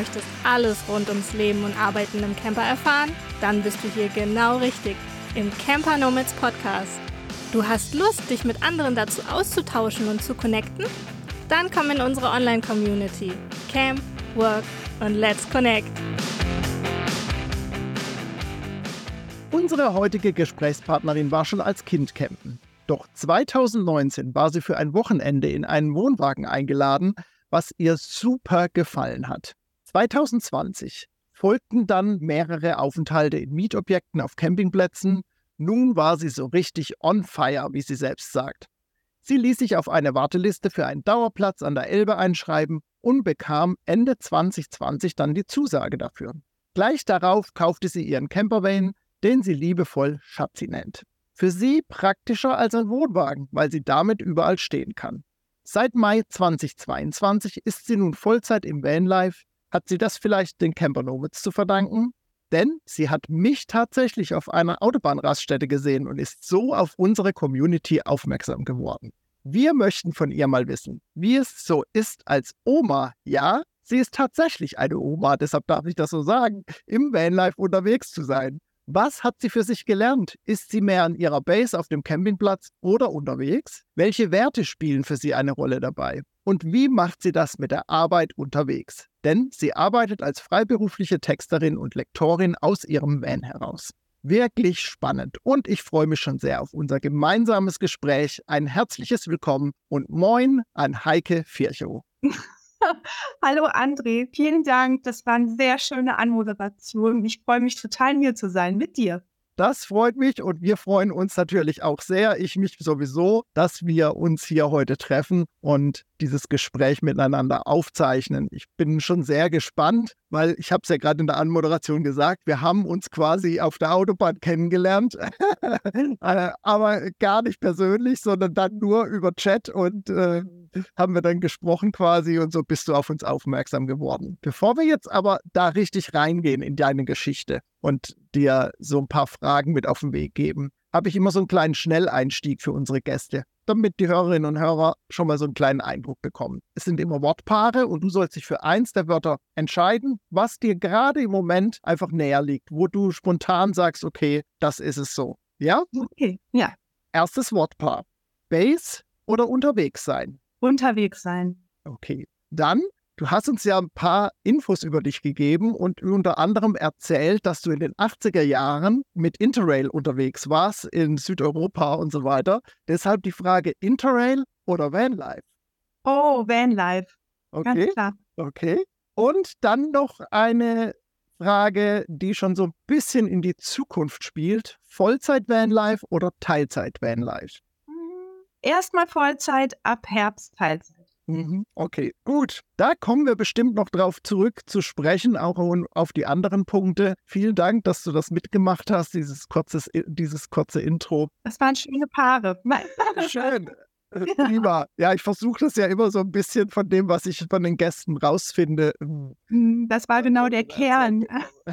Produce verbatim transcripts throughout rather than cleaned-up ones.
möchtest alles rund ums Leben und Arbeiten im Camper erfahren? Dann bist du hier genau richtig, im Camper Nomads Podcast. Du hast Lust, dich mit anderen dazu auszutauschen und zu connecten? Dann komm in unsere Online-Community. Camp, Work und Let's Connect. Unsere heutige Gesprächspartnerin war schon als Kind campen. Doch zweitausendneunzehn war sie für ein Wochenende in einen Wohnwagen eingeladen, was ihr super gefallen hat. zweitausendzwanzig folgten dann mehrere Aufenthalte in Mietobjekten auf Campingplätzen. Nun war sie so richtig on fire, wie sie selbst sagt. Sie ließ sich auf eine Warteliste für einen Dauerplatz an der Elbe einschreiben und bekam Ende zweitausendzwanzig dann die Zusage dafür. Gleich darauf kaufte sie ihren Campervan, den sie liebevoll Schatzi nennt. Für sie praktischer als ein Wohnwagen, weil sie damit überall stehen kann. Seit Mai zweitausendzweiundzwanzig ist sie nun Vollzeit im Vanlife. Hat sie das vielleicht den Camper Nomads zu verdanken? Denn sie hat mich tatsächlich auf einer Autobahnraststätte gesehen und ist so auf unsere Community aufmerksam geworden. Wir möchten von ihr mal wissen, wie es so ist als Oma. Ja, sie ist tatsächlich eine Oma, deshalb darf ich das so sagen, im Vanlife unterwegs zu sein. Was hat sie für sich gelernt? Ist sie mehr an ihrer Base auf dem Campingplatz oder unterwegs? Welche Werte spielen für sie eine Rolle dabei? Und wie macht sie das mit der Arbeit unterwegs? Denn sie arbeitet als freiberufliche Texterin und Lektorin aus ihrem Van heraus. Wirklich spannend und ich freue mich schon sehr auf unser gemeinsames Gespräch. Ein herzliches Willkommen und Moin an Heike Virchow. Hallo André, vielen Dank. Das war eine sehr schöne Anmoderation. Ich freue mich total, hier zu sein mit dir. Das freut mich und wir freuen uns natürlich auch sehr, ich mich sowieso, dass wir uns hier heute treffen und dieses Gespräch miteinander aufzeichnen. Ich bin schon sehr gespannt, weil ich habe es ja gerade in der Anmoderation gesagt, wir haben uns quasi auf der Autobahn kennengelernt, aber gar nicht persönlich, sondern dann nur über Chat und äh, haben wir dann gesprochen quasi und so bist du auf uns aufmerksam geworden. Bevor wir jetzt aber da richtig reingehen in deine Geschichte und dir so ein paar Fragen mit auf den Weg geben, habe ich immer so einen kleinen Schnelleinstieg für unsere Gäste, damit die Hörerinnen und Hörer schon mal so einen kleinen Eindruck bekommen. Es sind immer Wortpaare und du sollst dich für eins der Wörter entscheiden, was dir gerade im Moment einfach näher liegt, wo du spontan sagst, okay, das ist es so. Ja? Okay, ja. Erstes Wortpaar. Base oder unterwegs sein? Unterwegs sein. Okay, dann, du hast uns ja ein paar Infos über dich gegeben und unter anderem erzählt, dass du in den achtziger Jahren mit Interrail unterwegs warst, in Südeuropa und so weiter. Deshalb die Frage, Interrail oder Vanlife? Oh, Vanlife. Okay, ganz klar. Okay. Und dann noch eine Frage, die schon so ein bisschen in die Zukunft spielt. Vollzeit-Vanlife oder Teilzeit-Vanlife? Erstmal Vollzeit, ab Herbst Teilzeit. Mhm, okay, gut. Da kommen wir bestimmt noch drauf zurück zu sprechen, auch auf die anderen Punkte. Vielen Dank, dass du das mitgemacht hast, dieses, kurzes, dieses kurze Intro. Das waren schöne Paare. Schön. Prima. Ja, ich versuche das ja immer so ein bisschen von dem, was ich von den Gästen rausfinde. Das war genau der Kern.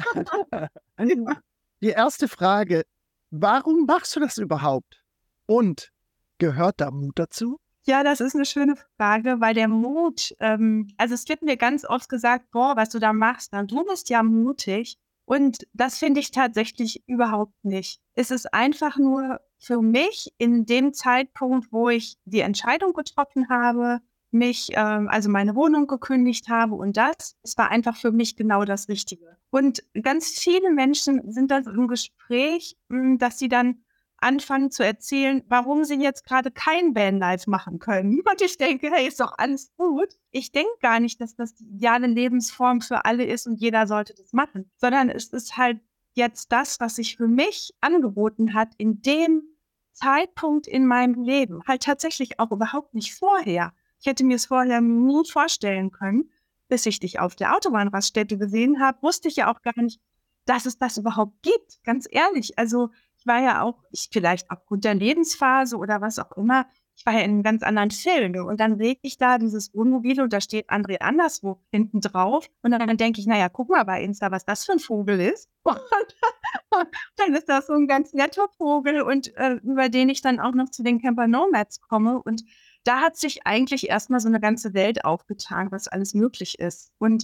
Die erste Frage, warum machst du das überhaupt? Und gehört da Mut dazu? Ja, das ist eine schöne Frage, weil der Mut, ähm, also es wird mir ganz oft gesagt, boah, was du da machst, dann du bist ja mutig. Und das finde ich tatsächlich überhaupt nicht. Es ist einfach nur für mich in dem Zeitpunkt, wo ich die Entscheidung getroffen habe, mich, ähm, also meine Wohnung gekündigt habe und das, es war einfach für mich genau das Richtige. Und ganz viele Menschen sind dann im Gespräch, mh, dass sie dann anfangen zu erzählen, warum sie jetzt gerade kein Vanlife machen können. Und ich denke, hey, ist doch alles gut. Ich denke gar nicht, dass das die ideale Lebensform für alle ist und jeder sollte das machen, sondern es ist halt jetzt das, was sich für mich angeboten hat in dem Zeitpunkt in meinem Leben. Halt tatsächlich auch überhaupt nicht vorher. Ich hätte mir es vorher nie vorstellen können, bis ich dich auf der Autobahnraststätte gesehen habe, wusste ich ja auch gar nicht, dass es das überhaupt gibt. Ganz ehrlich, also ich war ja auch, ich vielleicht aufgrund der Lebensphase oder was auch immer, ich war ja in einem ganz anderen Film. Und dann sehe ich da dieses Wohnmobil und da steht André Anderswo hinten drauf. Und dann denke ich, naja, guck mal bei Insta, was das für ein Vogel ist. Und dann ist das so ein ganz netter Vogel und äh, über den ich dann auch noch zu den Camper Nomads komme. Und da hat sich eigentlich erstmal so eine ganze Welt aufgetan, was alles möglich ist. Und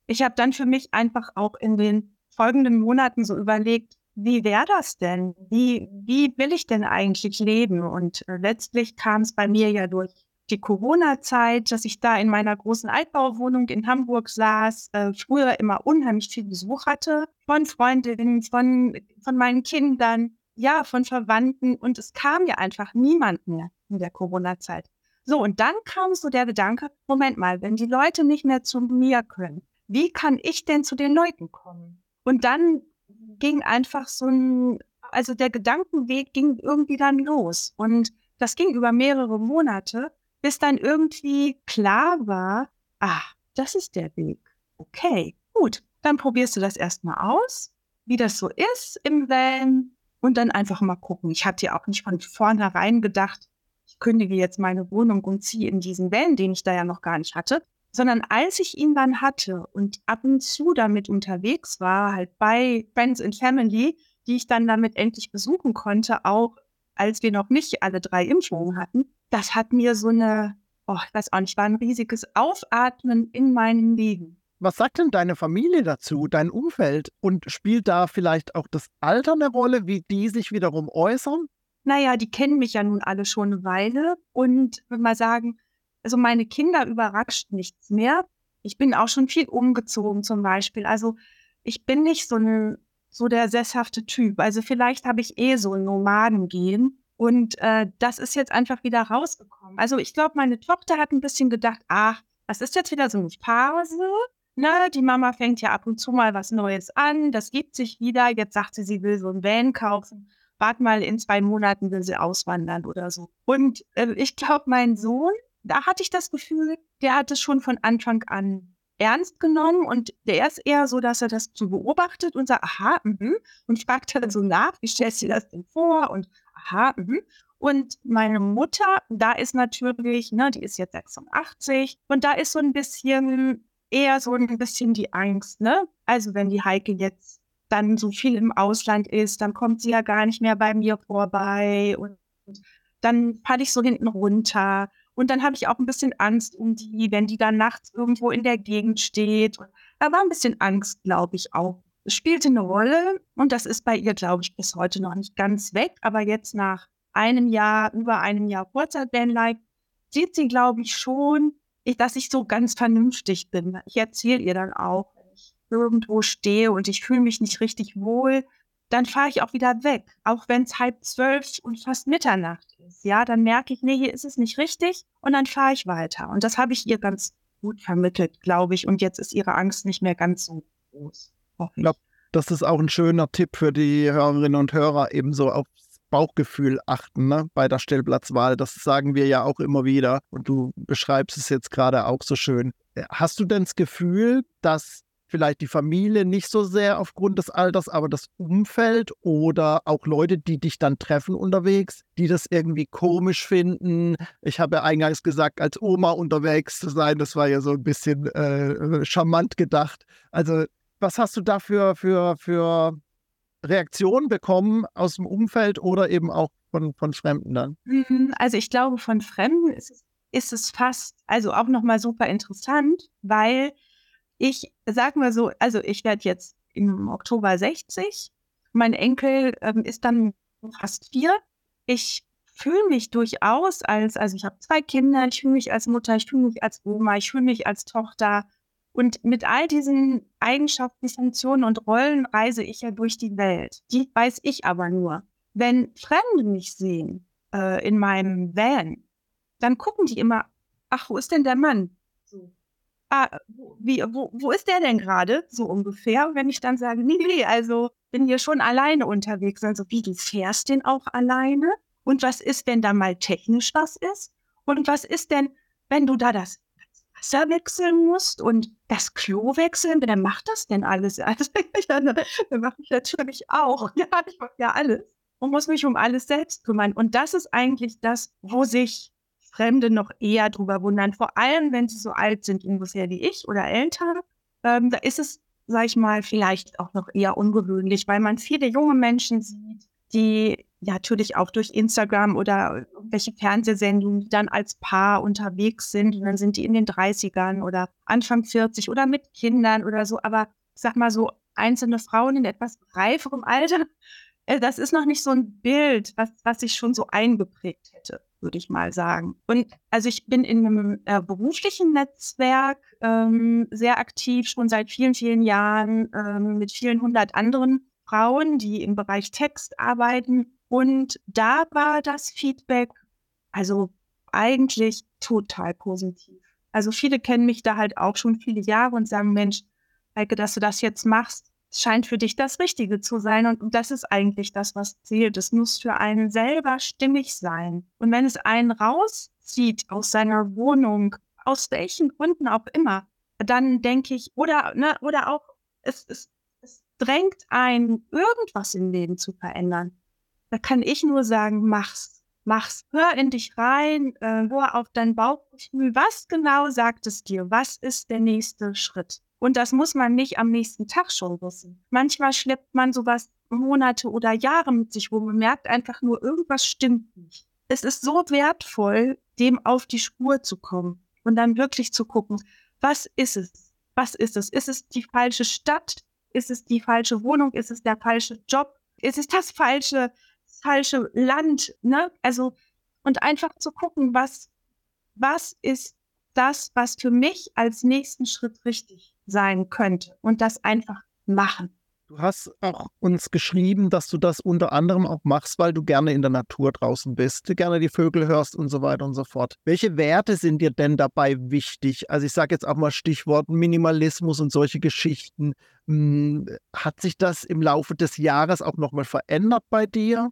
ich habe dann für mich einfach auch in den folgenden Monaten so überlegt, wie wäre das denn? Wie, wie will ich denn eigentlich leben? Und äh, letztlich kam es bei mir ja durch die Corona-Zeit, dass ich da in meiner großen Altbauwohnung in Hamburg saß, äh, früher immer unheimlich viel Besuch hatte von Freundinnen, von, von meinen Kindern, ja, von Verwandten. Und es kam ja einfach niemand mehr in der Corona-Zeit. So, und dann kam so der Gedanke, Moment mal, wenn die Leute nicht mehr zu mir können, wie kann ich denn zu den Leuten kommen? Und dann ging einfach so ein, also der Gedankenweg ging irgendwie dann los. Und das ging über mehrere Monate, bis dann irgendwie klar war, ah, das ist der Weg. Okay, gut, dann probierst du das erstmal aus, wie das so ist im Van und dann einfach mal gucken. Ich hatte ja auch nicht von vornherein gedacht, ich kündige jetzt meine Wohnung und ziehe in diesen Van, den ich da ja noch gar nicht hatte, sondern als ich ihn dann hatte und ab und zu damit unterwegs war, halt bei Friends and Family, die ich dann damit endlich besuchen konnte, auch als wir noch nicht alle drei Impfungen hatten, das hat mir so eine, oh, ich weiß auch nicht, war ein riesiges Aufatmen in meinem Leben. Was sagt denn deine Familie dazu, dein Umfeld? Und spielt da vielleicht auch das Alter eine Rolle, wie die sich wiederum äußern? Naja, die kennen mich ja nun alle schon eine Weile und ich würde mal sagen, also meine Kinder überrascht nichts mehr. Ich bin auch schon viel umgezogen zum Beispiel. Also ich bin nicht so, ein, so der sesshafte Typ. Also vielleicht habe ich eh so ein Nomadengehen und äh, das ist jetzt einfach wieder rausgekommen. Also ich glaube, meine Tochter hat ein bisschen gedacht, ach, das ist jetzt wieder so eine Phase. Na, die Mama fängt ja ab und zu mal was Neues an, das gibt sich wieder. Jetzt sagt sie, sie will so ein Van kaufen. Wart mal, in zwei Monaten will sie auswandern oder so. Und äh, ich glaube, mein Sohn, da hatte ich das Gefühl, der hat es schon von Anfang an ernst genommen und der ist eher so, dass er das so beobachtet und sagt, aha, mhm, und fragt dann so nach, wie stellst du dir das denn vor? Und aha, mhm. Und meine Mutter, da ist natürlich, ne, die ist jetzt sechsundachtzig und da ist so ein bisschen, eher so ein bisschen die Angst, ne? Also wenn die Heike jetzt dann so viel im Ausland ist, dann kommt sie ja gar nicht mehr bei mir vorbei und dann falle ich so hinten runter. Und dann habe ich auch ein bisschen Angst um die, wenn die dann nachts irgendwo in der Gegend steht. Und da war ein bisschen Angst, glaube ich, auch. Es spielte eine Rolle und das ist bei ihr, glaube ich, bis heute noch nicht ganz weg. Aber jetzt nach einem Jahr, über einem Jahr Kurzzeitvanlife, sieht sie, glaube ich, schon, ich, dass ich so ganz vernünftig bin. Ich erzähle ihr dann auch, wenn ich irgendwo stehe und ich fühle mich nicht richtig wohl, dann fahre ich auch wieder weg, auch wenn es halb zwölf und fast Mitternacht ist. Ja, dann merke ich, nee, hier ist es nicht richtig und dann fahre ich weiter. Und das habe ich ihr ganz gut vermittelt, glaube ich. Und jetzt ist ihre Angst nicht mehr ganz so groß. Ich glaube, das ist auch ein schöner Tipp für die Hörerinnen und Hörer, ebenso aufs Bauchgefühl achten, ne, bei der Stellplatzwahl. Das sagen wir ja auch immer wieder und du beschreibst es jetzt gerade auch so schön. Hast du denn das Gefühl, dass vielleicht die Familie nicht so sehr aufgrund des Alters, aber das Umfeld oder auch Leute, die dich dann treffen unterwegs, die das irgendwie komisch finden? Ich habe ja eingangs gesagt, als Oma unterwegs zu sein, das war ja so ein bisschen äh, charmant gedacht. Also was hast du da für, für, für Reaktionen bekommen aus dem Umfeld oder eben auch von, von Fremden dann? Also ich glaube, von Fremden ist es, ist es fast, also auch nochmal super interessant, weil ich sag mal so, also ich werde jetzt im Oktober sechzig. Mein Enkel ähm, ist dann fast vier. Ich fühle mich durchaus als, also ich habe zwei Kinder, ich fühle mich als Mutter, ich fühle mich als Oma, ich fühle mich als Tochter. Und mit all diesen Eigenschaften, Funktionen und Rollen reise ich ja durch die Welt. Die weiß ich aber nur. Wenn Fremde mich sehen äh, in meinem Van, dann gucken die immer, ach, wo ist denn der Mann? So. Ah, wie, wo, wo ist der denn gerade? So ungefähr. Und wenn ich dann sage, nee, nee, also bin hier schon alleine unterwegs. Also wie, du fährst denn auch alleine? Und was ist, wenn da mal technisch was ist? Und was ist denn, wenn du da das Wasser wechseln musst und das Klo wechseln? Wer macht das denn alles? Also, ja, das mache ich natürlich auch. Ja, ich mache ja alles und muss mich um alles selbst kümmern. Und das ist eigentlich das, wo sich Fremde noch eher drüber wundern, vor allem wenn sie so alt sind, ungefähr wie ich oder älter. Ähm, da ist es, sag ich mal, vielleicht auch noch eher ungewöhnlich, weil man viele junge Menschen sieht, die ja, natürlich auch durch Instagram oder irgendwelche Fernsehsendungen, die dann als Paar unterwegs sind. Und dann sind die in den dreißigern oder Anfang vierzig oder mit Kindern oder so. Aber ich sag mal so, einzelne Frauen in etwas reiferem Alter, äh, das ist noch nicht so ein Bild, was, was sich schon so eingeprägt hätte, würde ich mal sagen. Und also ich bin in einem äh, beruflichen Netzwerk ähm, sehr aktiv, schon seit vielen, vielen Jahren ähm, mit vielen hundert anderen Frauen, die im Bereich Text arbeiten. Und da war das Feedback also eigentlich total positiv. Also viele kennen mich da halt auch schon viele Jahre und sagen, Mensch, Heike, dass du das jetzt machst, es scheint für dich das Richtige zu sein. Und, und das ist eigentlich das, was zählt. Es muss für einen selber stimmig sein. Und wenn es einen rauszieht aus seiner Wohnung, aus welchen Gründen auch immer, dann denke ich, oder, ne, oder auch, es, es, es drängt einen, irgendwas im Leben zu verändern. Da kann ich nur sagen, mach's. Mach's. Hör in dich rein, äh, hör auf dein Bauchgefühl. Was genau sagt es dir? Was ist der nächste Schritt? Und das muss man nicht am nächsten Tag schon wissen. Manchmal schleppt man sowas Monate oder Jahre mit sich rum und merkt einfach nur, irgendwas stimmt nicht. Es ist so wertvoll, dem auf die Spur zu kommen und dann wirklich zu gucken, was ist es? Was ist es? Ist es die falsche Stadt? Ist es die falsche Wohnung? Ist es der falsche Job? Ist es das falsche, das falsche Land? Ne? Also, und einfach zu gucken, was, was ist das, was für mich als nächsten Schritt richtig sein könnte und das einfach machen. Du hast auch uns geschrieben, dass du das unter anderem auch machst, weil du gerne in der Natur draußen bist, gerne die Vögel hörst und so weiter und so fort. Welche Werte sind dir denn dabei wichtig? Also ich sage jetzt auch mal Stichwort Minimalismus und solche Geschichten. Hat sich das im Laufe des Jahres auch nochmal verändert bei dir?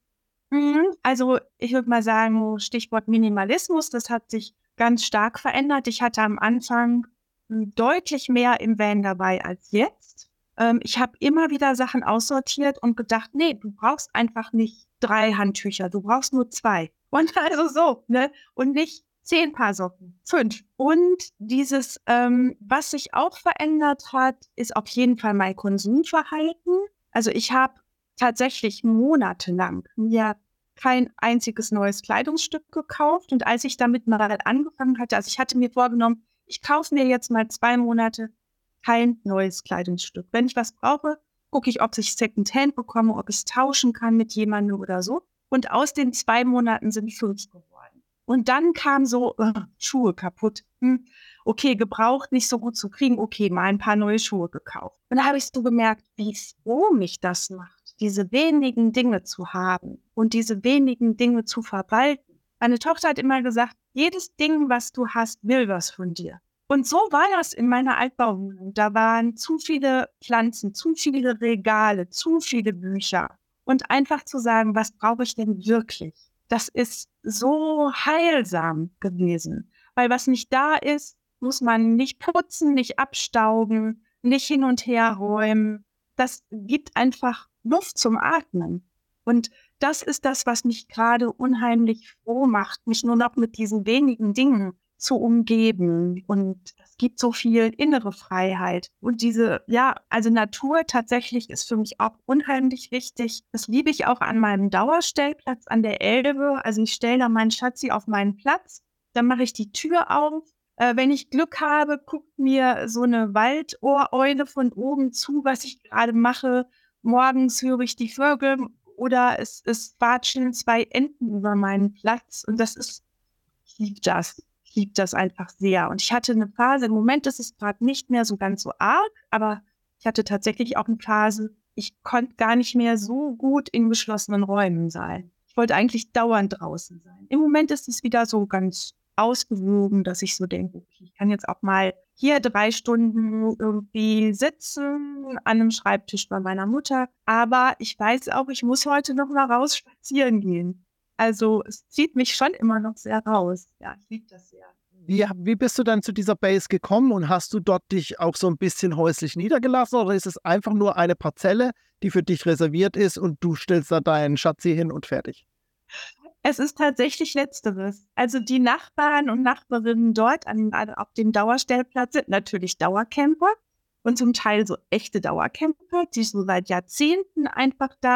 Also ich würde mal sagen, Stichwort Minimalismus, das hat sich ganz stark verändert. Ich hatte am Anfang deutlich mehr im Van dabei als jetzt. Ähm, ich habe immer wieder Sachen aussortiert und gedacht, nee, du brauchst einfach nicht drei Handtücher, du brauchst nur zwei. Und also so, ne? Und nicht zehn Paar Socken, fünf. Und dieses, ähm, was sich auch verändert hat, ist auf jeden Fall mein Konsumverhalten. Also ich habe tatsächlich monatelang mir kein einziges neues Kleidungsstück gekauft. Und als ich damit mal angefangen hatte, also ich hatte mir vorgenommen, ich kaufe mir jetzt mal zwei Monate kein neues Kleidungsstück. Wenn ich was brauche, gucke ich, ob ich Secondhand bekomme, ob ich es tauschen kann mit jemandem oder so. Und aus den zwei Monaten sind fünf geworden. Und dann kam so, uh, Schuhe kaputt. Hm, okay, gebraucht, nicht so gut zu kriegen. Okay, mal ein paar neue Schuhe gekauft. Und da habe ich so gemerkt, wie froh mich das macht, diese wenigen Dinge zu haben und diese wenigen Dinge zu verwalten. Meine Tochter hat immer gesagt, jedes Ding, was du hast, will was von dir. Und so war das in meiner Altbauwohnung. Da waren zu viele Pflanzen, zu viele Regale, zu viele Bücher. Und einfach zu sagen, was brauche ich denn wirklich? Das ist so heilsam gewesen. Weil was nicht da ist, muss man nicht putzen, nicht abstauben, nicht hin und her räumen. Das gibt einfach Luft zum Atmen. Und das ist das, was mich gerade unheimlich froh macht, mich nur noch mit diesen wenigen Dingen zu umgeben. Und es gibt so viel innere Freiheit. Und diese, ja, also Natur tatsächlich ist für mich auch unheimlich wichtig. Das liebe ich auch an meinem Dauerstellplatz an der Elbe. Also ich stelle da meinen Schatzi auf meinen Platz, dann mache ich die Tür auf. Äh, wenn ich Glück habe, guckt mir so eine Waldohreule von oben zu, was ich gerade mache. Morgens höre ich die Vögel oder es, es watscheln zwei Enten über meinen Platz. Und das ist, ich liebe das. Ich liebe das einfach sehr. Und ich hatte eine Phase, im Moment ist es gerade nicht mehr so ganz so arg, aber ich hatte tatsächlich auch eine Phase, ich konnte gar nicht mehr so gut in geschlossenen Räumen sein. Ich wollte eigentlich dauernd draußen sein. Im Moment ist es wieder so ganz ausgewogen, dass ich so denke, okay, ich kann jetzt auch mal hier drei Stunden irgendwie sitzen an einem Schreibtisch bei meiner Mutter. Aber ich weiß auch, ich muss heute noch mal raus spazieren gehen. Also es zieht mich schon immer noch sehr raus. Ja, ich liebe das sehr. Wie, wie bist du dann zu dieser Base gekommen und hast du dort dich auch so ein bisschen häuslich niedergelassen oder ist es einfach nur eine Parzelle, die für dich reserviert ist und du stellst da deinen Schatzi hin und fertig? Es ist tatsächlich Letzteres. Also die Nachbarn und Nachbarinnen dort an, auf dem Dauerstellplatz sind natürlich Dauercamper und zum Teil so echte Dauercamper, die so seit Jahrzehnten einfach da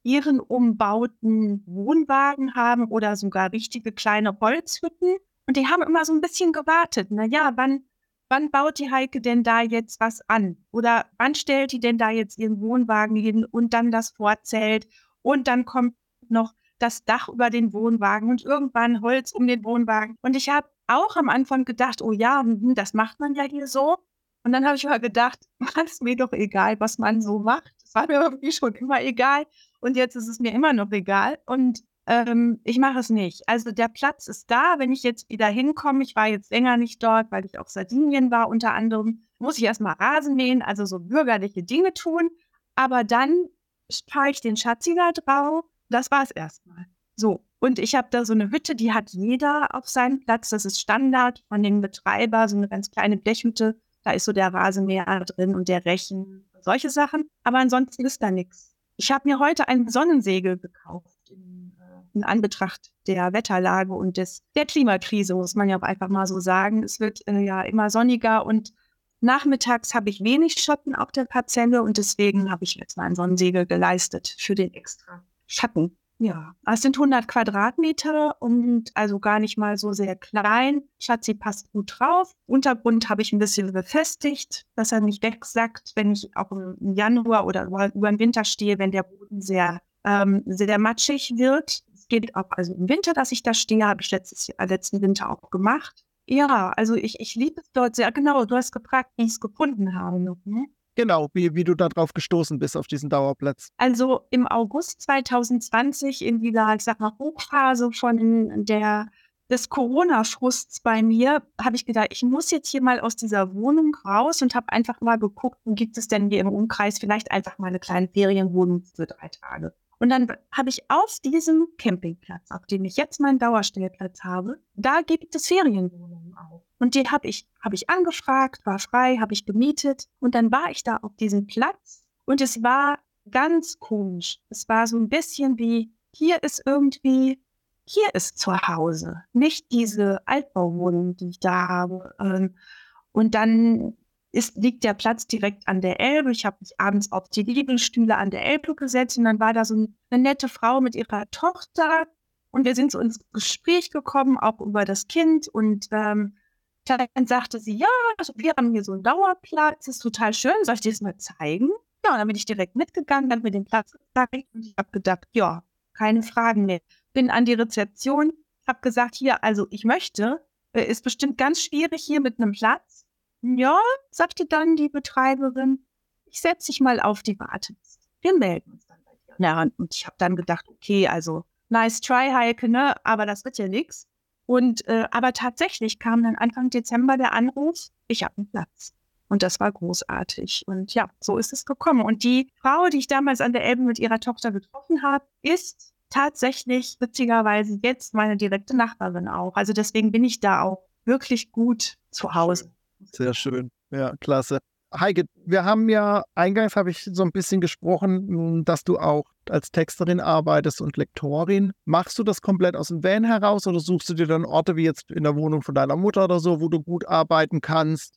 ihren umbauten Wohnwagen haben oder sogar richtige kleine Holzhütten. Und die haben immer so ein bisschen gewartet. Na ja, wann, wann baut die Heike denn da jetzt was an? Oder wann stellt die denn da jetzt ihren Wohnwagen hin und dann das Vorzelt? Und dann kommt noch das Dach über den Wohnwagen und irgendwann Holz um den Wohnwagen. Und ich habe auch am Anfang gedacht, oh ja, das macht man ja hier so. Und dann habe ich mal gedacht, ist mir doch egal, was man so macht. Es war mir irgendwie schon immer egal. Und jetzt ist es mir immer noch egal. Und ähm, ich mache es nicht. Also der Platz ist da, wenn ich jetzt wieder hinkomme. Ich war jetzt länger nicht dort, weil ich auf Sardinien war unter anderem. Muss ich erstmal Rasen mähen, also so bürgerliche Dinge tun. Aber dann spare ich den Schatzi da drauf. Das war es erstmal. So, und ich habe da so eine Hütte, die hat jeder auf seinem Platz. Das ist Standard von dem Betreiber, so eine ganz kleine Blechhütte. Da ist so der Rasenmäher drin und der Rechen, solche Sachen. Aber ansonsten ist da nichts. Ich habe mir heute ein Sonnensegel gekauft in, äh, in Anbetracht der Wetterlage und des, der Klimakrise, muss man ja auch einfach mal so sagen. Es wird äh, ja immer sonniger und nachmittags habe ich wenig Schatten auf der Parzelle und deswegen habe ich jetzt mal ein Sonnensegel geleistet für den extra Schatten. Ja, es sind hundert Quadratmeter und also gar nicht mal so sehr klein. Schatzi passt gut drauf. Untergrund habe ich ein bisschen befestigt, dass er nicht wegsackt, wenn ich auch im Januar oder über den Winter stehe, wenn der Boden sehr, ähm, sehr matschig wird. Es geht auch also im Winter, dass ich da stehe, habe ich letztes Jahr, letzten Winter auch gemacht. Ja, also ich, ich liebe es dort sehr. Genau, du hast gefragt, wie ich es gefunden habe. Ne? Genau, wie, wie du da drauf gestoßen bist auf diesen Dauerplatz. Also im August zwanzig zwanzig in dieser, ich sag mal, Hochphase von der, des Corona-Frusts bei mir, habe ich gedacht, ich muss jetzt hier mal aus dieser Wohnung raus und habe einfach mal geguckt, wo gibt es denn hier im Umkreis vielleicht einfach mal eine kleine Ferienwohnung für drei Tage. Und dann habe ich auf diesem Campingplatz, auf dem ich jetzt meinen Dauerstellplatz habe, da gibt es Ferienwohnungen auch. Und die habe ich, hab ich angefragt, war frei, habe ich gemietet. Und dann war ich da auf diesem Platz und es war ganz komisch. Es war so ein bisschen wie, hier ist irgendwie, hier ist zu Hause. Nicht diese Altbauwohnung, die ich da habe. Und dann ist, liegt der Platz direkt an der Elbe. Ich habe mich abends auf die Liegenstühle an der Elbe gesetzt und dann war da so eine nette Frau mit ihrer Tochter. Und wir sind so ins Gespräch gekommen, auch über das Kind. Und ähm, dann sagte sie, ja, also wir haben hier so einen Dauerplatz, das ist total schön, soll ich dir das mal zeigen? Ja, und dann bin ich direkt mitgegangen, dann mir den Platz gezeigt und ich habe gedacht, ja, keine Fragen mehr. Bin an die Rezeption, habe gesagt, hier, also ich möchte, äh, ist bestimmt ganz schwierig hier mit einem Platz. Ja, sagte dann die Betreiberin, ich setze dich mal auf die Warteliste. Wir melden uns dann bei dir. Ja, und ich habe dann gedacht, okay, also nice try, Heike, ne, aber das wird ja nichts. Und äh, aber tatsächlich kam dann Anfang Dezember der Anruf, ich habe einen Platz. Und das war großartig. Und ja, so ist es gekommen. Und die Frau, die ich damals an der Elbe mit ihrer Tochter getroffen habe, ist tatsächlich witzigerweise jetzt meine direkte Nachbarin auch. Also deswegen bin ich da auch wirklich gut zu Hause. Sehr schön. Ja, klasse. Heike, wir haben ja, eingangs habe ich so ein bisschen gesprochen, dass du auch als Texterin arbeitest und Lektorin. Machst du das komplett aus dem Van heraus oder suchst du dir dann Orte wie jetzt in der Wohnung von deiner Mutter oder so, wo du gut arbeiten kannst?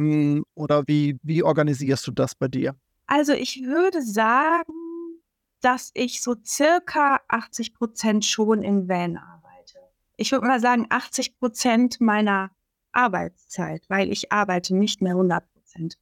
Oder wie, wie organisierst du das bei dir? Also ich würde sagen, dass ich so circa achtzig Prozent schon im Van arbeite. Ich würde mal sagen achtzig Prozent meiner Arbeitszeit, weil ich arbeite nicht mehr hundert Prozent.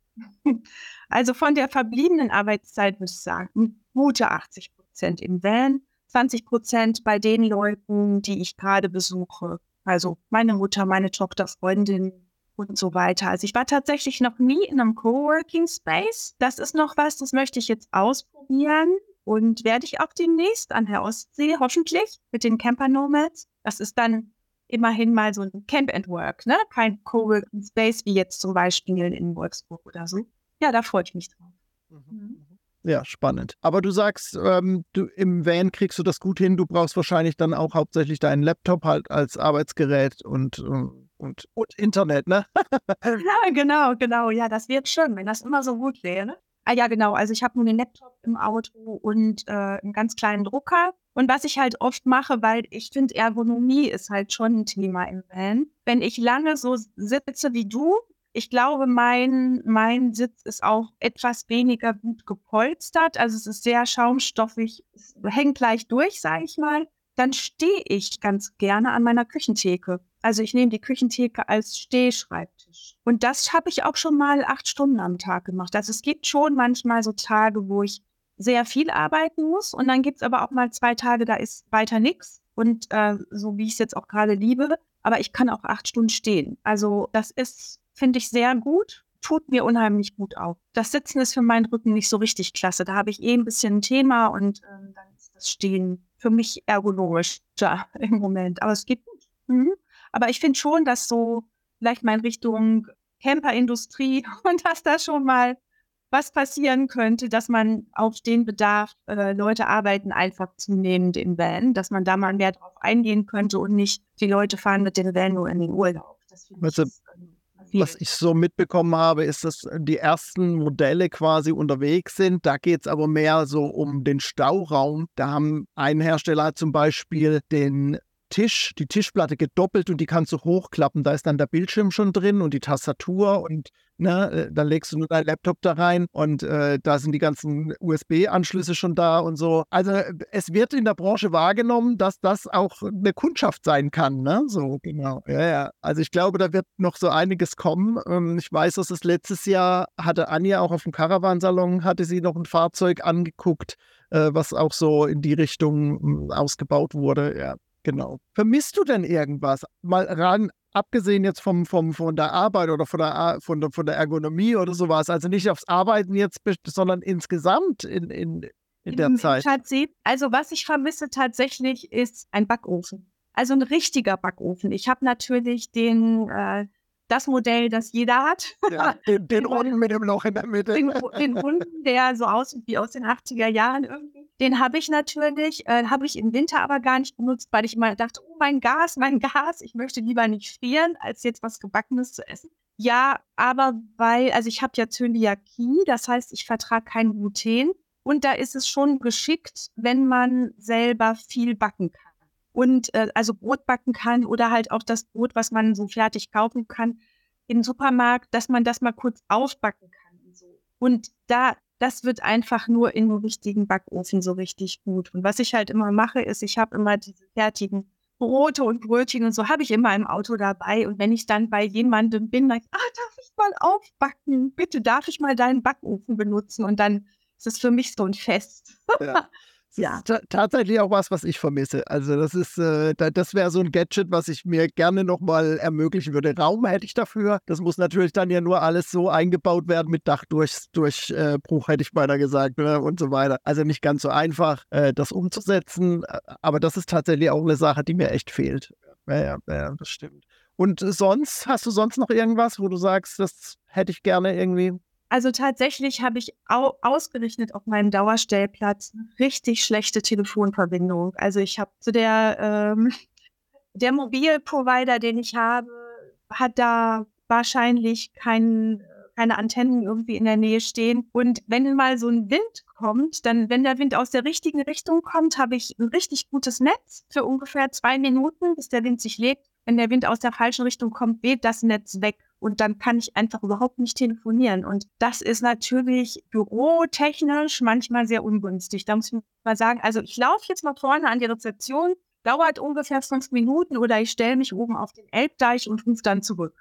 Also von der verbliebenen Arbeitszeit würde ich sagen, gute achtzig Prozent im Van, zwanzig Prozent bei den Leuten, die ich gerade besuche. Also meine Mutter, meine Tochter, Freundin und so weiter. Also ich war tatsächlich noch nie in einem Coworking Space. Das ist noch was, das möchte ich jetzt ausprobieren und werde ich auch demnächst an der Ostsee, hoffentlich, mit den Camper Nomads. Das ist dann immerhin mal so ein Camp and Work, ne? Kein Coworking Space wie jetzt zum Beispiel in Wolfsburg oder so. Ja, da freue ich mich drauf. Mhm. Ja, spannend. Aber du sagst, ähm, du, im Van kriegst du das gut hin. Du brauchst wahrscheinlich dann auch hauptsächlich deinen Laptop halt als Arbeitsgerät und, und, und Internet, ne? Ja, genau, genau. Ja, das wird schön, wenn das immer so gut wäre. Ne? Ah ja, genau. Also ich habe nur den Laptop im Auto und äh, einen ganz kleinen Drucker. Und was ich halt oft mache, weil ich finde, Ergonomie ist halt schon ein Thema im Van. Wenn ich lange so sitze wie du, Ich glaube, mein, mein Sitz ist auch etwas weniger gut gepolstert. Also es ist sehr schaumstoffig, es hängt gleich durch, sage ich mal. Dann stehe ich ganz gerne an meiner Küchentheke. Also ich nehme die Küchentheke als Stehschreibtisch. Und das habe ich auch schon mal acht Stunden am Tag gemacht. Also es gibt schon manchmal so Tage, wo ich sehr viel arbeiten muss. Und dann gibt es aber auch mal zwei Tage, da ist weiter nichts. Und äh, so wie ich es jetzt auch gerade liebe. Aber ich kann auch acht Stunden stehen. Also das ist, finde ich, sehr gut. Tut mir unheimlich gut auch. Das Sitzen ist für meinen Rücken nicht so richtig klasse. Da habe ich eh ein bisschen ein Thema und äh, dann ist das Stehen für mich ergonomisch ja, im Moment. Aber es geht gut. Mhm. Aber ich finde schon, dass so vielleicht mal in Richtung Camperindustrie und dass da schon mal was passieren könnte, dass man auf den Bedarf, äh, Leute arbeiten einfach zunehmend im Van, dass man da mal mehr drauf eingehen könnte und nicht die Leute fahren mit dem Van nur in den Urlaub. Das finde ich Also, ist, ähm, was ich so mitbekommen habe, ist, dass die ersten Modelle quasi unterwegs sind. Da geht es aber mehr so um den Stauraum. Da haben ein Hersteller hat zum Beispiel den Tisch, die Tischplatte gedoppelt und die kannst du hochklappen. Da ist dann der Bildschirm schon drin und die Tastatur und ne, dann legst du nur deinen Laptop da rein und äh, da sind die ganzen U S B-Anschlüsse schon da und so. Also es wird in der Branche wahrgenommen, dass das auch eine Kundschaft sein kann, ne? So, genau. Ja, ja. Also ich glaube, da wird noch so einiges kommen. Ähm, ich weiß, dass es letztes Jahr hatte Anja auch auf dem Caravan-Salon, hatte sie noch ein Fahrzeug angeguckt, äh, was auch so in die Richtung äh, ausgebaut wurde, ja. Genau. Vermisst du denn irgendwas? Mal ran, abgesehen jetzt vom, vom, von der Arbeit oder von der, von, der, von der Ergonomie oder sowas, also nicht aufs Arbeiten jetzt, sondern insgesamt in, in, in der Im, Zeit. im also was ich vermisse tatsächlich ist ein Backofen. Also ein richtiger Backofen. Ich habe natürlich den, äh, das Modell, das jeder hat. Ja, den, den runden mit dem Loch in der Mitte. Den, den runden, der so aussieht wie aus den achtziger Jahren irgendwie. Den habe ich natürlich, äh, habe ich im Winter aber gar nicht benutzt, weil ich immer dachte, oh mein Gas, mein Gas, ich möchte lieber nicht frieren, als jetzt was Gebackenes zu essen. Ja, aber weil, also ich habe ja Zöliakie, das heißt, ich vertrage kein Gluten und da ist es schon geschickt, wenn man selber viel backen kann. Und äh, also Brot backen kann oder halt auch das Brot, was man so fertig kaufen kann im Supermarkt, dass man das mal kurz aufbacken kann und so. Und da, das wird einfach nur in einem richtigen Backofen so richtig gut. Und was ich halt immer mache, ist, ich habe immer diese fertigen Brote und Brötchen und so habe ich immer im Auto dabei. Und wenn ich dann bei jemandem bin, dann, ah, darf ich mal aufbacken? Bitte, darf ich mal deinen Backofen benutzen? Und dann ist es für mich so ein Fest. Ja. Das Ja. ist ta- tatsächlich auch was, was ich vermisse. Also das ist, äh, da, das wäre so ein Gadget, was ich mir gerne nochmal ermöglichen würde. Raum hätte ich dafür. Das muss natürlich dann ja nur alles so eingebaut werden mit Dachdurchbruch, durch, äh, Bruch, hätte ich beinahe gesagt, ne, und so weiter. Also nicht ganz so einfach, äh, das umzusetzen. Aber das ist tatsächlich auch eine Sache, die mir echt fehlt. Ja, ja, ja, das stimmt. Und sonst, hast du sonst noch irgendwas, wo du sagst, das hätte ich gerne irgendwie? Also tatsächlich habe ich au- ausgerechnet auf meinem Dauerstellplatz eine richtig schlechte Telefonverbindung. Also ich habe zu der, ähm, der Mobilprovider, den ich habe, hat da wahrscheinlich kein, keine Antennen irgendwie in der Nähe stehen. Und wenn mal so ein Wind kommt, dann, wenn der Wind aus der richtigen Richtung kommt, habe ich ein richtig gutes Netz für ungefähr zwei Minuten, bis der Wind sich legt. Wenn der Wind aus der falschen Richtung kommt, weht das Netz weg. Und dann kann ich einfach überhaupt nicht telefonieren. Und das ist natürlich bürotechnisch manchmal sehr ungünstig. Da muss ich mal sagen, also ich laufe jetzt mal vorne an die Rezeption, dauert ungefähr fünf Minuten oder ich stelle mich oben auf den Elbdeich und rufe dann zurück.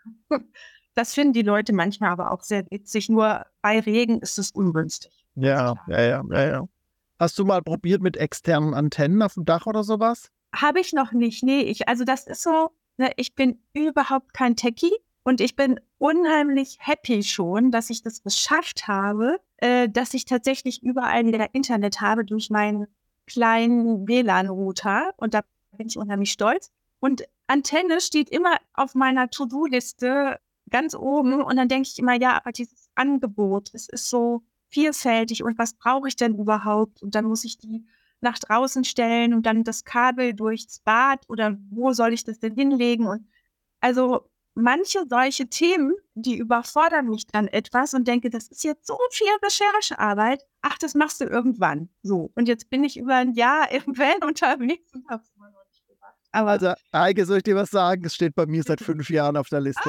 Das finden die Leute manchmal aber auch sehr witzig. Nur bei Regen ist es ungünstig. Ja, ja, ja, ja, ja. Hast du mal probiert mit externen Antennen auf dem Dach oder sowas? Habe ich noch nicht. Nee, ich, also das ist so, ne, ich bin überhaupt kein Techie. Und ich bin unheimlich happy schon, dass ich das geschafft habe, äh, dass ich tatsächlich überall wieder Internet habe durch meinen kleinen W L A N-Router. Und da bin ich unheimlich stolz. Und Antenne steht immer auf meiner To-Do-Liste ganz oben. Und dann denke ich immer, ja, aber dieses Angebot, es ist so vielfältig. Und was brauche ich denn überhaupt? Und dann muss ich die nach draußen stellen und dann das Kabel durchs Bad oder wo soll ich das denn hinlegen? Und also manche solche Themen, die überfordern mich dann etwas und denke, das ist jetzt so viel Recherchearbeit. Ach, das machst du irgendwann. So. Und jetzt bin ich über ein Jahr im Van unterwegs und habe es immer noch nicht gemacht. Aber Also, Heike, soll ich dir was sagen? Es steht bei mir seit fünf Jahren auf der Liste.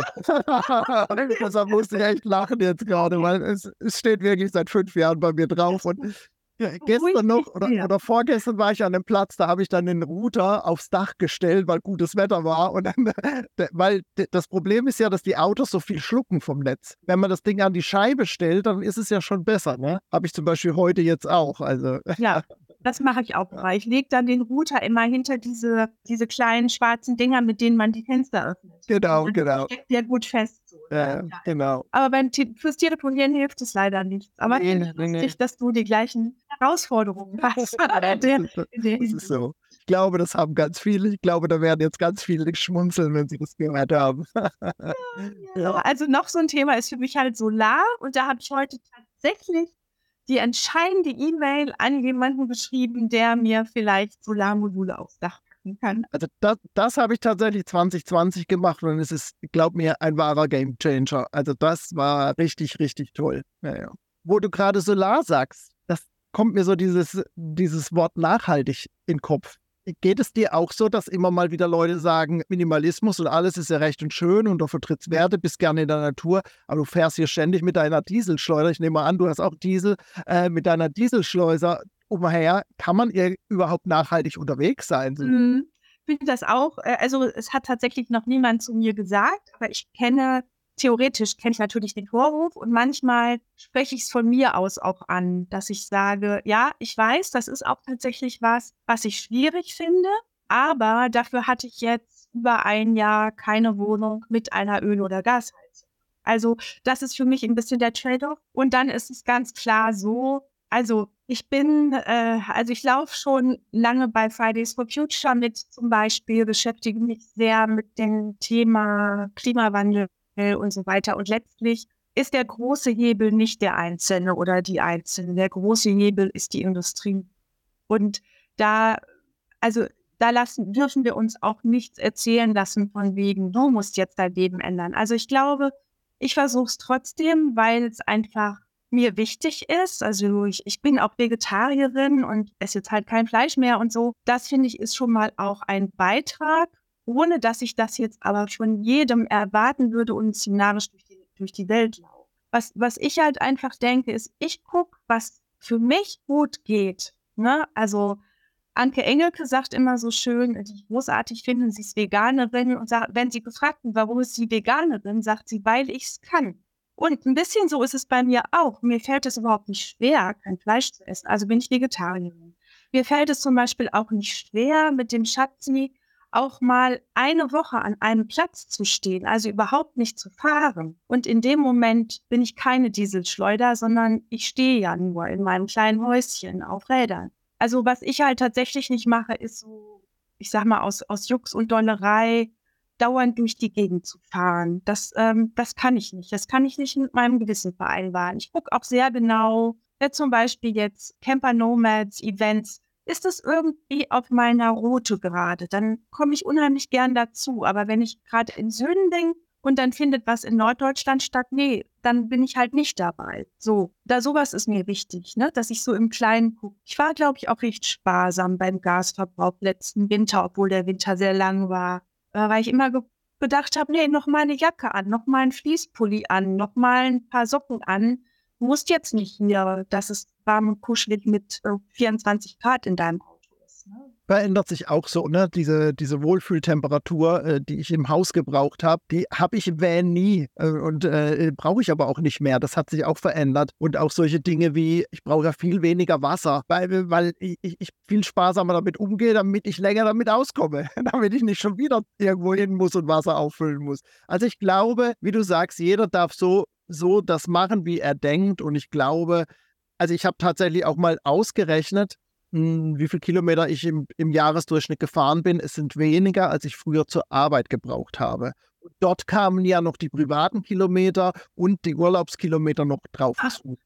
Deshalb musste ich echt lachen jetzt gerade, weil es, es steht wirklich seit fünf Jahren bei mir drauf. Und ja, gestern noch oder, oder vorgestern war ich an einem Platz, da habe ich dann den Router aufs Dach gestellt, weil gutes Wetter war. Und dann, weil das Problem ist ja, dass die Autos so viel schlucken vom Netz. Wenn man das Ding an die Scheibe stellt, dann ist es ja schon besser. Ne? Habe ich zum Beispiel heute jetzt auch. Also. Ja, das mache ich auch mal. Ich lege dann den Router immer hinter diese, diese kleinen schwarzen Dinger, mit denen man die Fenster öffnet. Genau, genau. Steckt sehr gut fest. So, ja, ja, genau. Aber beim Te- fürs Telefonieren hilft es leider nichts. Aber Nee, nee, nee, nee. dass du die gleichen Herausforderungen hast. das, ist, das ist so. Ich glaube, das haben ganz viele. Ich glaube, da werden jetzt ganz viele schmunzeln, wenn sie das gehört haben. ja, ja. Also noch so ein Thema ist für mich halt Solar. Und da habe ich heute tatsächlich die entscheidende E-Mail an jemanden geschrieben, der mir vielleicht Solarmodule aufs Dach packen kann. Also das, das habe ich tatsächlich zwanzig zwanzig gemacht und es ist, glaub mir, ein wahrer Gamechanger. Also das war richtig, richtig toll. Ja, ja. Wo du gerade Solar sagst, das kommt mir so dieses, dieses Wort nachhaltig in den Kopf. Geht es dir auch so, dass immer mal wieder Leute sagen, Minimalismus und alles ist ja recht und schön und du vertrittst Werte, bist gerne in der Natur, aber du fährst hier ständig mit deiner Dieselschleuder, ich nehme mal an, du hast auch Diesel, äh, mit deiner Dieselschleuser umher, kann man ihr überhaupt nachhaltig unterwegs sein? So? Mhm. Ich finde das auch, also es hat tatsächlich noch niemand zu mir gesagt, aber ich kenne, theoretisch kenne ich natürlich den Vorwurf und manchmal spreche ich es von mir aus auch an, dass ich sage, ja, ich weiß, das ist auch tatsächlich was, was ich schwierig finde, aber dafür hatte ich jetzt über ein Jahr keine Wohnung mit einer Öl- oder Gasheizung. Also das ist für mich ein bisschen der Trade-off. Und dann ist es ganz klar so, also ich bin, äh, also ich laufe schon lange bei Fridays for Future mit zum Beispiel, beschäftige mich sehr mit dem Thema Klimawandel und so weiter. Und letztlich ist der große Hebel nicht der Einzelne oder die Einzelne. Der große Hebel ist die Industrie. Und da, also da lassen, dürfen wir uns auch nichts erzählen lassen von wegen, du musst jetzt dein Leben ändern. Also ich glaube, ich versuche es trotzdem, weil es einfach mir wichtig ist. Also ich, ich bin auch Vegetarierin und esse jetzt halt kein Fleisch mehr und so. Das finde ich ist schon mal auch ein Beitrag, ohne dass ich das jetzt aber von jedem erwarten würde und szenarisch durch die, durch die Welt laufe. Was, was ich halt einfach denke, ist, ich gucke, was für mich gut geht. Ne? Also Anke Engelke sagt immer so schön, die ich großartig finde, sie ist Veganerin und sagt, wenn sie gefragt wird, warum ist sie Veganerin, sagt sie, weil ich es kann. Und ein bisschen so ist es bei mir auch. Mir fällt es überhaupt nicht schwer, kein Fleisch zu essen. Also bin ich Vegetarierin. Mir fällt es zum Beispiel auch nicht schwer, mit dem Schatzi auch mal eine Woche an einem Platz zu stehen, also überhaupt nicht zu fahren. Und in dem Moment bin ich keine Dieselschleuder, sondern ich stehe ja nur in meinem kleinen Häuschen auf Rädern. Also was ich halt tatsächlich nicht mache, ist so, ich sag mal, aus, aus Jux und Dollerei dauernd durch die Gegend zu fahren. Das, ähm, das kann ich nicht. Das kann ich nicht mit meinem Gewissen vereinbaren. Ich gucke auch sehr genau, ja, zum Beispiel jetzt Camper Nomads, Events, ist es irgendwie auf meiner Route gerade, dann komme ich unheimlich gern dazu. Aber wenn ich gerade in Süden denke und dann findet was in Norddeutschland statt, nee, dann bin ich halt nicht dabei. So, da sowas ist mir wichtig, ne, dass ich so im Kleinen gucke. Ich war, glaube ich, auch recht sparsam beim Gasverbrauch letzten Winter, obwohl der Winter sehr lang war, äh, weil ich immer ge- gedacht habe, nee, noch mal eine Jacke an, noch mal ein Fließpulli an, noch mal ein paar Socken an. Du musst jetzt nicht hier, dass es warm und kuschelig mit äh, vierundzwanzig Grad in deinem Auto ist. Ne? Verändert sich auch so, ne? Diese, diese Wohlfühltemperatur, äh, die ich im Haus gebraucht habe, die habe ich Van nie äh, und äh, brauche ich aber auch nicht mehr. Das hat sich auch verändert. Und auch solche Dinge wie, ich brauche ja viel weniger Wasser, weil, weil ich, ich viel sparsamer damit umgehe, damit ich länger damit auskomme, damit ich nicht schon wieder irgendwo hin muss und Wasser auffüllen muss. Also ich glaube, wie du sagst, jeder darf so so das machen, wie er denkt. Und ich glaube, also ich habe tatsächlich auch mal ausgerechnet, mh, wie viele Kilometer ich im, im Jahresdurchschnitt gefahren bin. Es sind weniger, als ich früher zur Arbeit gebraucht habe. Und dort kamen ja noch die privaten Kilometer und die Urlaubskilometer noch drauf zu.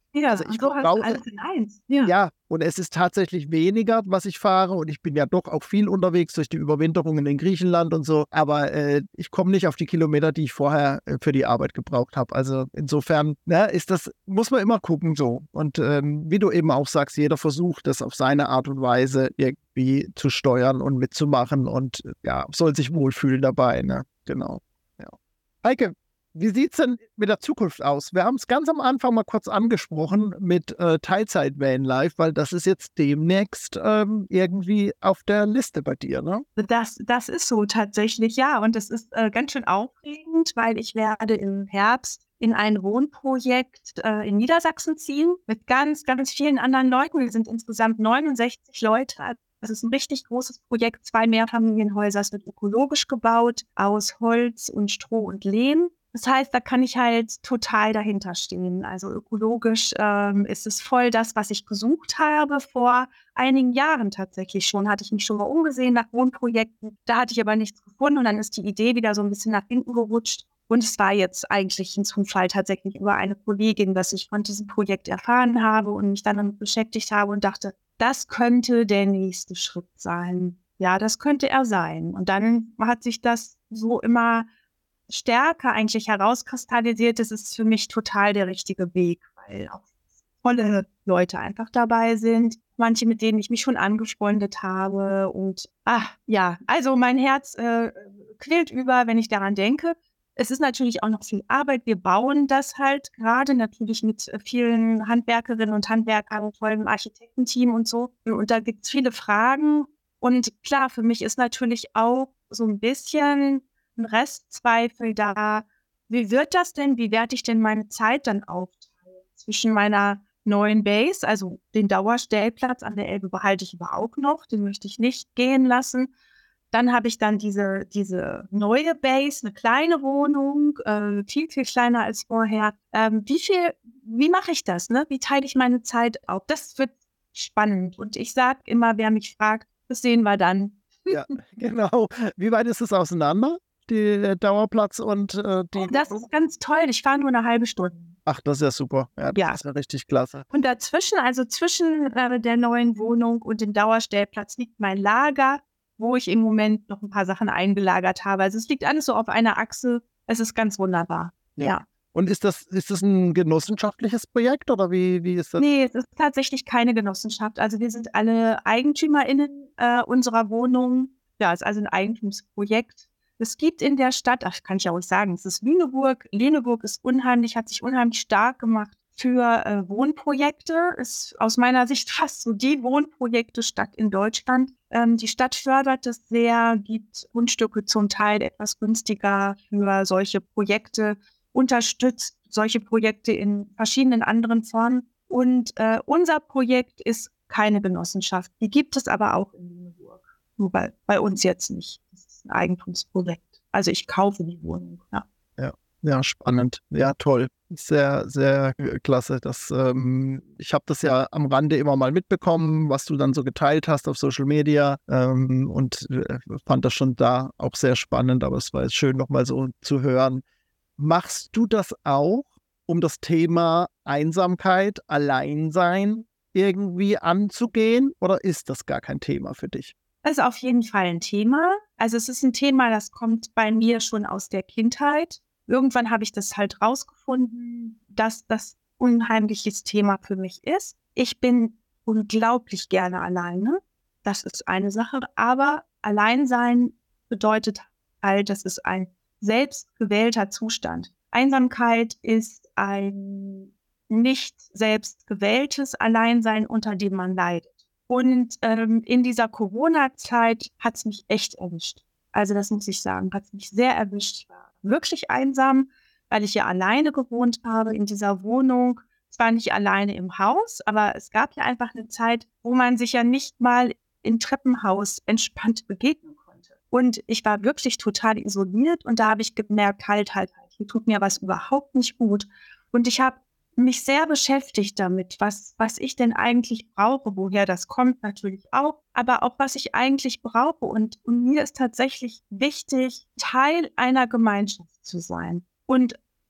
Ja, Also ich so hast du brauche, alles in eins. Ja. ja, und es ist tatsächlich weniger, was ich fahre. Und ich bin ja doch auch viel unterwegs durch die Überwinterungen in Griechenland und so. Aber äh, ich komme nicht auf die Kilometer, die ich vorher äh, für die Arbeit gebraucht habe. Also insofern, ne, ist das, muss man immer gucken so. Und ähm, wie du eben auch sagst, jeder versucht, das auf seine Art und Weise irgendwie zu steuern und mitzumachen und äh, ja, soll sich wohlfühlen dabei. Ne? Genau. Ja. Heike, wie sieht es denn mit der Zukunft aus? Wir haben es ganz am Anfang mal kurz angesprochen mit äh, Teilzeit-Vanlife, weil das ist jetzt demnächst ähm, irgendwie auf der Liste bei dir, ne? Das, das ist so tatsächlich, ja. Und es ist äh, ganz schön aufregend, weil ich werde im Herbst in ein Wohnprojekt äh, in Niedersachsen ziehen mit ganz, ganz vielen anderen Leuten. Wir sind insgesamt neunundsechzig Leute. Das ist ein richtig großes Projekt. Zwei Mehrfamilienhäuser, es wird ökologisch gebaut, aus Holz und Stroh und Lehm. Das heißt, da kann ich halt total dahinter stehen. Also ökologisch ähm, ist es voll das, was ich gesucht habe. Vor einigen Jahren tatsächlich schon, hatte ich mich schon mal umgesehen nach Wohnprojekten. Da hatte ich aber nichts gefunden und dann ist die Idee wieder so ein bisschen nach hinten gerutscht. Und es war jetzt eigentlich ein Zufall tatsächlich über eine Kollegin, dass ich von diesem Projekt erfahren habe und mich dann damit beschäftigt habe und dachte, das könnte der nächste Schritt sein. Ja, das könnte er sein. Und dann hat sich das so immer stärker eigentlich herauskristallisiert. Das ist für mich total der richtige Weg, weil auch tolle Leute einfach dabei sind. Manche, mit denen ich mich schon angefreundet habe. Und ach ja, also mein Herz äh, quillt über, wenn ich daran denke. Es ist natürlich auch noch viel Arbeit. Wir bauen das halt gerade natürlich mit vielen Handwerkerinnen und Handwerkern, vor allem Architektenteam und so. Und da gibt es viele Fragen. Und klar, für mich ist natürlich auch so ein bisschen ein Restzweifel da. Wie wird das denn? Wie werde ich denn meine Zeit dann aufteilen? Zwischen meiner neuen Base, also den Dauerstellplatz an der Elbe behalte ich aber auch noch, den möchte ich nicht gehen lassen. Dann habe ich dann diese, diese neue Base, eine kleine Wohnung, äh, viel, viel kleiner als vorher. Ähm, wie viel, wie mache ich das? Ne? Wie teile ich meine Zeit auf? Das wird spannend. Und ich sage immer, wer mich fragt, das sehen wir dann. Ja, genau. Wie weit ist es auseinander, die, der Dauerplatz und äh, die... Das ist ganz toll. Ich fahre nur eine halbe Stunde. Ach, das ist ja super. Ja, das Ja. ist ja richtig klasse. Und dazwischen, also zwischen äh, der neuen Wohnung und dem Dauerstellplatz, liegt mein Lager, wo ich im Moment noch ein paar Sachen eingelagert habe. Also es liegt alles so auf einer Achse. Es ist ganz wunderbar. Ja. Ja. Und ist das, ist das ein genossenschaftliches Projekt oder wie, wie ist das? Nee, es ist tatsächlich keine Genossenschaft. Also wir sind alle EigentümerInnen äh, unserer Wohnung. Ja, es ist also ein Eigentumsprojekt. Es gibt in der Stadt, ach, kann ich ja auch sagen, es ist Lüneburg. Lüneburg ist unheimlich, hat sich unheimlich stark gemacht für äh, Wohnprojekte. Ist aus meiner Sicht fast so die Wohnprojekte-Stadt in Deutschland. Ähm, die Stadt fördert es sehr, gibt Grundstücke zum Teil etwas günstiger für solche Projekte, unterstützt solche Projekte in verschiedenen anderen Formen. Und äh, unser Projekt ist keine Genossenschaft. Die gibt es aber auch in Lüneburg. Nur bei, bei uns jetzt nicht. Das ist ein Eigentumsprojekt. Also ich kaufe die Wohnung. Ja, ja, ja, spannend. Ja, toll. Sehr, sehr klasse. Das, ähm, ich habe das ja am Rande immer mal mitbekommen, was du dann so geteilt hast auf Social Media ähm, und äh, fand das schon da auch sehr spannend. Aber es war jetzt schön, nochmal so zu hören. Machst du das auch, um das Thema Einsamkeit, Alleinsein irgendwie anzugehen oder ist das gar kein Thema für dich? das ist auf jeden Fall ein Thema. Also es ist ein Thema, das kommt bei mir schon aus der Kindheit. Irgendwann habe ich das halt rausgefunden, dass das ein unheimliches Thema für mich ist. Ich bin unglaublich gerne alleine. Das ist eine Sache. Aber Alleinsein bedeutet halt, das ist ein selbstgewählter Zustand. Einsamkeit ist ein nicht selbstgewähltes Alleinsein, unter dem man leidet. Und ähm, in dieser Corona-Zeit hat es mich echt erwischt. Also das muss ich sagen, hat es mich sehr erwischt. Ich war wirklich einsam, weil ich ja alleine gewohnt habe in dieser Wohnung. Zwar nicht alleine im Haus, aber es gab ja einfach eine Zeit, wo man sich ja nicht mal im Treppenhaus entspannt begegnen konnte. Und ich war wirklich total isoliert und da habe ich gemerkt, halt, halt, halt, hier tut mir was überhaupt nicht gut. Und ich habe mich sehr beschäftigt damit, was, was ich denn eigentlich brauche, woher das kommt natürlich auch, aber auch was ich eigentlich brauche. Und, und mir ist tatsächlich wichtig, Teil einer Gemeinschaft zu sein. Und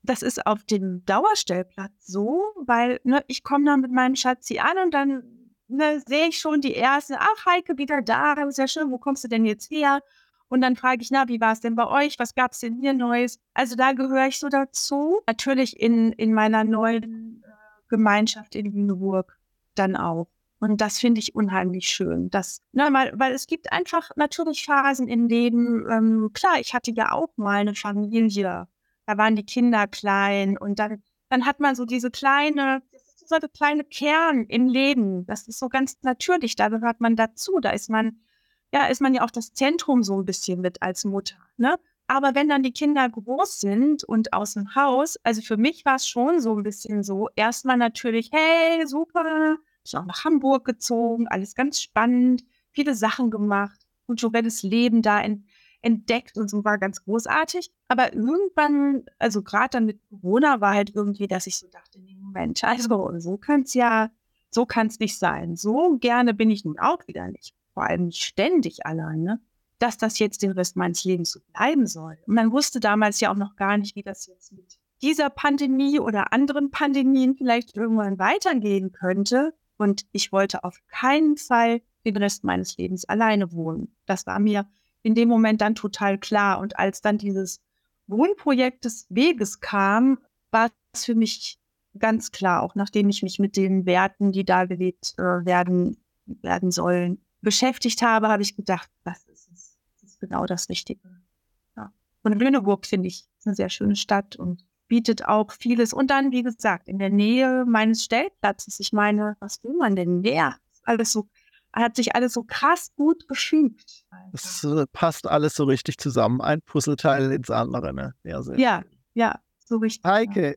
das ist auf dem Dauerstellplatz so, weil ne, ich komme dann mit meinem Schatzi an und dann ne, sehe ich schon die ersten, ach Heike, wieder da, das ist ja schön, wo kommst du denn jetzt her? Und dann frage ich, na, wie war es denn bei euch? Was gab es denn hier Neues? Also da gehöre ich so dazu. Natürlich in, in meiner neuen äh, Gemeinschaft in Lüneburg dann auch. Und das finde ich unheimlich schön. Das, na, weil, weil es gibt einfach natürlich Phasen im Leben. Ähm, klar, ich hatte ja auch mal eine Familie. Da waren die Kinder klein. Und dann, dann hat man so diese kleine, das ist so eine kleine Kern im Leben. Das ist so ganz natürlich. Da gehört man dazu. Da ist man Ja, ist man ja auch das Zentrum so ein bisschen mit als Mutter, ne? Aber wenn dann die Kinder groß sind und aus dem Haus, also für mich war es schon so ein bisschen so, erstmal natürlich, hey, super, ich bin auch nach Hamburg gezogen, alles ganz spannend, viele Sachen gemacht, kulturelles Leben da ent- entdeckt und so, war ganz großartig. Aber irgendwann, also gerade dann mit Corona, war halt irgendwie, dass ich so dachte, nee, Moment, also so kann es ja, so kann es nicht sein. So gerne bin ich nun auch wieder nicht. Vor allem ständig alleine, dass das jetzt den Rest meines Lebens so bleiben soll. Und man wusste damals ja auch noch gar nicht, wie das jetzt mit dieser Pandemie oder anderen Pandemien vielleicht irgendwann weitergehen könnte. Und ich wollte auf keinen Fall den Rest meines Lebens alleine wohnen. Das war mir in dem Moment dann total klar. Und als dann dieses Wohnprojekt des Weges kam, war es für mich ganz klar, auch nachdem ich mich mit den Werten, die da gelebt äh, werden, werden sollen, beschäftigt habe, habe ich gedacht, das ist es. Das ist genau das Richtige. Ja. Und Lüneburg, finde ich, ist eine sehr schöne Stadt und bietet auch vieles. Und dann, wie gesagt, in der Nähe meines Stellplatzes. Ich meine, was will man denn mehr? Alles so, hat sich alles so krass gut gefügt. Es äh, passt alles so richtig zusammen. Ein Puzzleteil ins andere. Ne? Ja, sehr Ja, schön. ja, so richtig. Heike,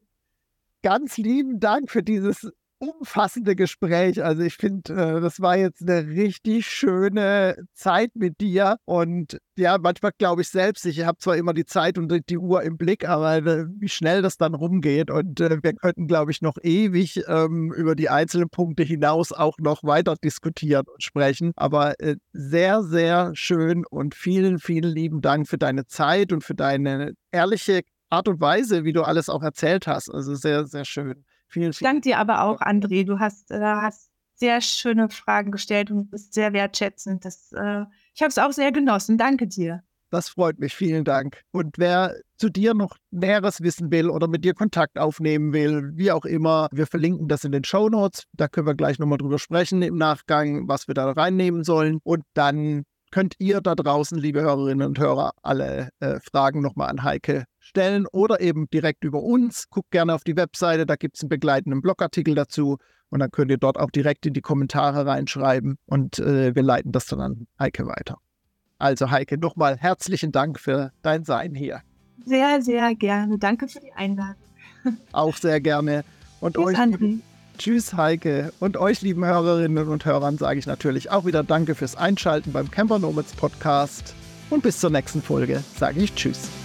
ganz lieben Dank für dieses umfassende Gespräch. Also ich finde, äh, das war jetzt eine richtig schöne Zeit mit dir. Und ja, manchmal glaube ich selbst, ich habe zwar immer die Zeit und die Uhr im Blick, aber äh, wie schnell das dann rumgeht. Und äh, wir könnten, glaube ich, noch ewig ähm, über die einzelnen Punkte hinaus auch noch weiter diskutieren und sprechen. Aber äh, sehr, sehr schön und vielen, vielen lieben Dank für deine Zeit und für deine ehrliche Art und Weise, wie du alles auch erzählt hast. Also sehr, sehr schön. Vielen, Ich vielen danke dir aber auch, André. Du hast, äh, hast sehr schöne Fragen gestellt und bist sehr wertschätzend. Das, äh, ich habe es auch sehr genossen. Danke dir. Das freut mich. Vielen Dank. Und wer zu dir noch Näheres wissen will oder mit dir Kontakt aufnehmen will, wie auch immer, wir verlinken das in den Shownotes. Da können wir gleich nochmal drüber sprechen im Nachgang, was wir da reinnehmen sollen. Und dann könnt ihr da draußen, liebe Hörerinnen und Hörer, alle äh, Fragen nochmal an Heike stellen oder eben direkt über uns. Guckt gerne auf die Webseite, da gibt es einen begleitenden Blogartikel dazu und dann könnt ihr dort auch direkt in die Kommentare reinschreiben und äh, wir leiten das dann an Heike weiter. Also Heike, nochmal herzlichen Dank für dein Sein hier. Sehr, sehr gerne. Danke für die Einladung. Auch sehr gerne. Und Tschüss, euch, André. Tschüss Heike. Und euch, lieben Hörerinnen und Hörern, sage ich natürlich auch wieder Danke fürs Einschalten beim Camper Nomads Podcast. Und bis zur nächsten Folge sage ich Tschüss.